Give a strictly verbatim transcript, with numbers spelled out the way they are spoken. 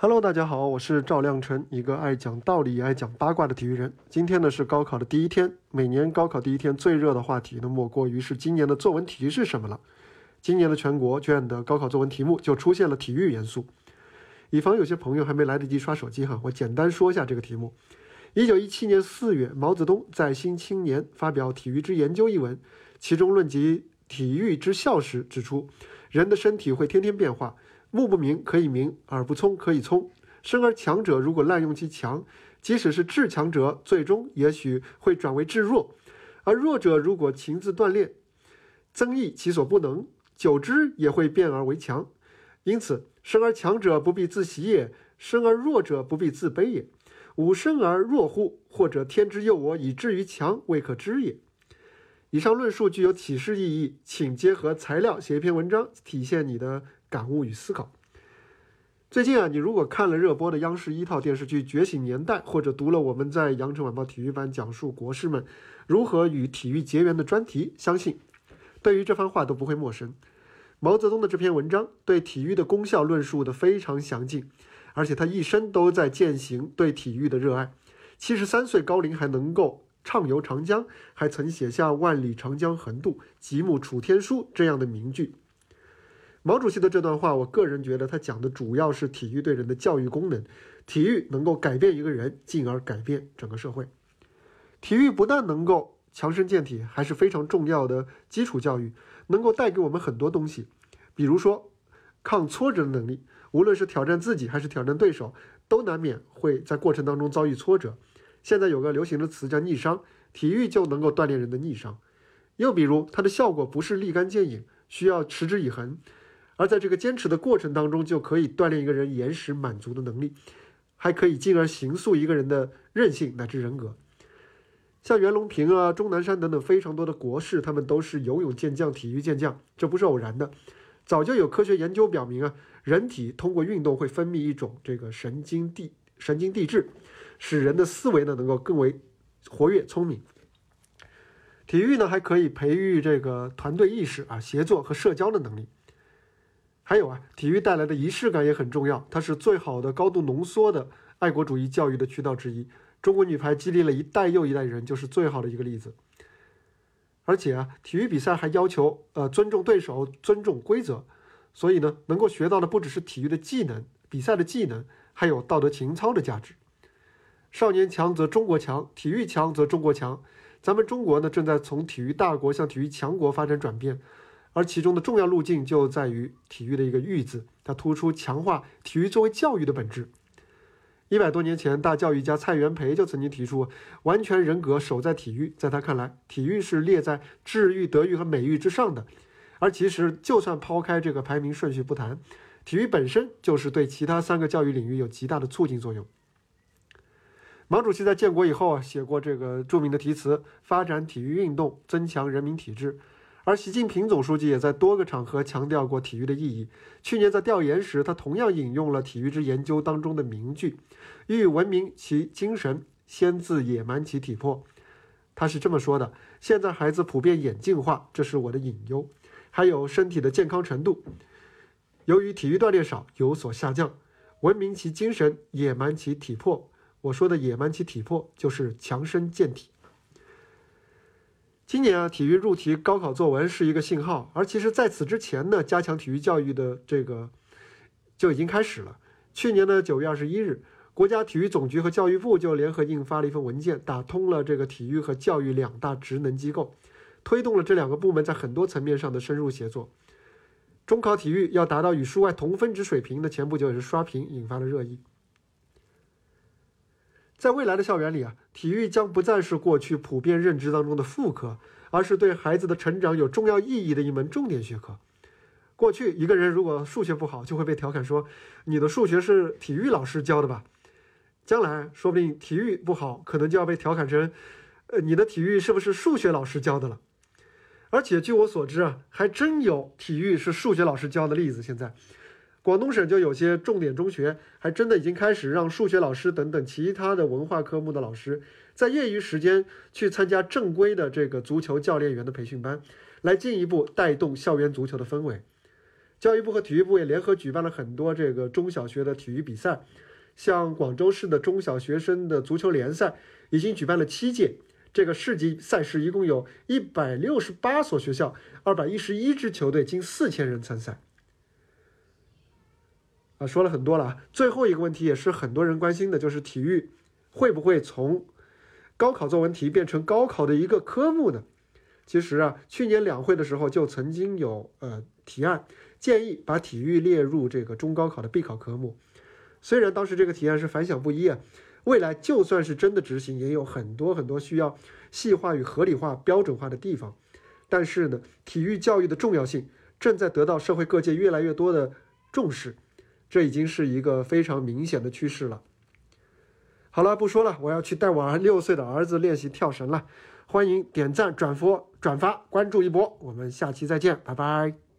Hello，大家好，我是赵亮晨，一个爱讲道理也爱讲八卦的体育人。今天呢是高考的第一天，每年高考第一天最热的话题呢，莫过于是今年的作文题是什么了。今年的全国卷的高考作文题目就出现了体育元素。以防有些朋友还没来得及刷手机哈，我简单说一下这个题目。一九一七年四月，毛泽东在《新青年》发表《体育之研究》一文，其中论及体育之效时指出，人的身体会天天变化，目不明可以明，耳不聪可以聪。生而强者如果滥用其强，即使是至强者，最终也许会转为至弱；而弱者如果勤自锻炼，增益其所不能，久之也会变而为强。因此，生而强者不必自喜也，生而弱者不必自卑也。吾生而弱乎？或者天之佑我以至于强，未可知也。以上论述具有启示意义，请结合材料写一篇文章，体现你的感悟与思考。最近啊，你如果看了热播的央视一套电视剧《觉醒年代》，或者读了我们在羊城晚报体育版讲述国士们如何与体育结缘的专题，相信对于这番话都不会陌生。毛泽东的这篇文章对体育的功效论述的非常详尽，而且他一生都在践行对体育的热爱。七十三岁高龄还能够畅游长江，还曾写下万里长江横渡，极目楚天舒这样的名句。毛主席的这段话，我个人觉得他讲的主要是体育对人的教育功能，体育能够改变一个人，进而改变整个社会。体育不但能够强身健体，还是非常重要的基础教育，能够带给我们很多东西，比如说抗挫折的能力，无论是挑战自己还是挑战对手，都难免会在过程当中遭遇挫折。现在有个流行的词叫逆商，体育就能够锻炼人的逆商。又比如它的效果不是立竿见影，需要持之以恒，而在这个坚持的过程当中，就可以锻炼一个人延时满足的能力，还可以进而形塑一个人的韧性乃至人格。像袁隆平啊、钟南山等等非常多的国士，他们都是游泳健将、体育健将，这不是偶然的。早就有科学研究表明啊，人体通过运动会分泌一种这个神经递神经递质，使人的思维呢能够更为活跃聪明。体育呢还可以培育这个团队意识啊、协作和社交的能力。还有啊，体育带来的仪式感也很重要，它是最好的高度浓缩的爱国主义教育的渠道之一。中国女排激励了一代又一代人，就是最好的一个例子。而且啊，体育比赛还要求呃尊重对手、尊重规则，所以呢，能够学到的不只是体育的技能、比赛的技能，还有道德情操的价值。少年强则中国强，体育强则中国强。咱们中国呢，正在从体育大国向体育强国发展转变，而其中的重要路径就在于体育的一个育字，它突出强化体育作为教育的本质。一百多年前，大教育家蔡元培就曾经提出，完全人格守在体育。在他看来，体育是列在智育、德育和美育之上的。而其实，就算抛开这个排名顺序不谈，体育本身就是对其他三个教育领域有极大的促进作用。毛主席在建国以后啊，写过这个著名的题词：发展体育运动，增强人民体质。而习近平总书记也在多个场合强调过体育的意义。去年在调研时，他同样引用了《体育之研究》当中的名句：欲文明其精神，先自野蛮其体魄。他是这么说的：现在孩子普遍眼镜化，这是我的隐忧。还有身体的健康程度，由于体育锻炼少，有所下降。文明其精神，野蛮其体魄。我说的野蛮其体魄，就是强身健体。今年啊，体育入题高考作文是一个信号，而其实在此之前呢，加强体育教育的这个就已经开始了。去年的九月二十一日，国家体育总局和教育部就联合印发了一份文件，打通了这个体育和教育两大职能机构，推动了这两个部门在很多层面上的深入协作。中考体育要达到与数外同分值水平的，前不久也是刷屏，引发了热议。在未来的校园里啊，体育将不再是过去普遍认知当中的副科，而是对孩子的成长有重要意义的一门重点学科。过去一个人如果数学不好，就会被调侃说你的数学是体育老师教的吧。将来说不定体育不好，可能就要被调侃成呃，你的体育是不是数学老师教的了。而且据我所知啊，还真有体育是数学老师教的例子。现在广东省就有些重点中学还真的已经开始让数学老师等等其他的文化科目的老师在业余时间去参加正规的这个足球教练员的培训班，来进一步带动校园足球的氛围。 教育部和体育部也联合举办了很多这个中小学的体育比赛，像广州市的中小学生的足球联赛已经举办了七届，这个市级赛事一共有一百六十八所学校，二百一十一支球队，近四千人参赛。啊，说了很多了啊，最后一个问题也是很多人关心的，就是体育会不会从高考作文题变成高考的一个科目呢？其实啊，去年两会的时候就曾经有呃提案建议把体育列入这个中高考的必考科目。虽然当时这个提案是反响不一啊，未来就算是真的执行，也有很多很多需要细化与合理化、标准化的地方。但是呢，体育教育的重要性正在得到社会各界越来越多的重视，这已经是一个非常明显的趋势了。好了，不说了，我要去带我六岁的儿子练习跳绳了。欢迎点赞、转发、转发、关注一波，我们下期再见，拜拜。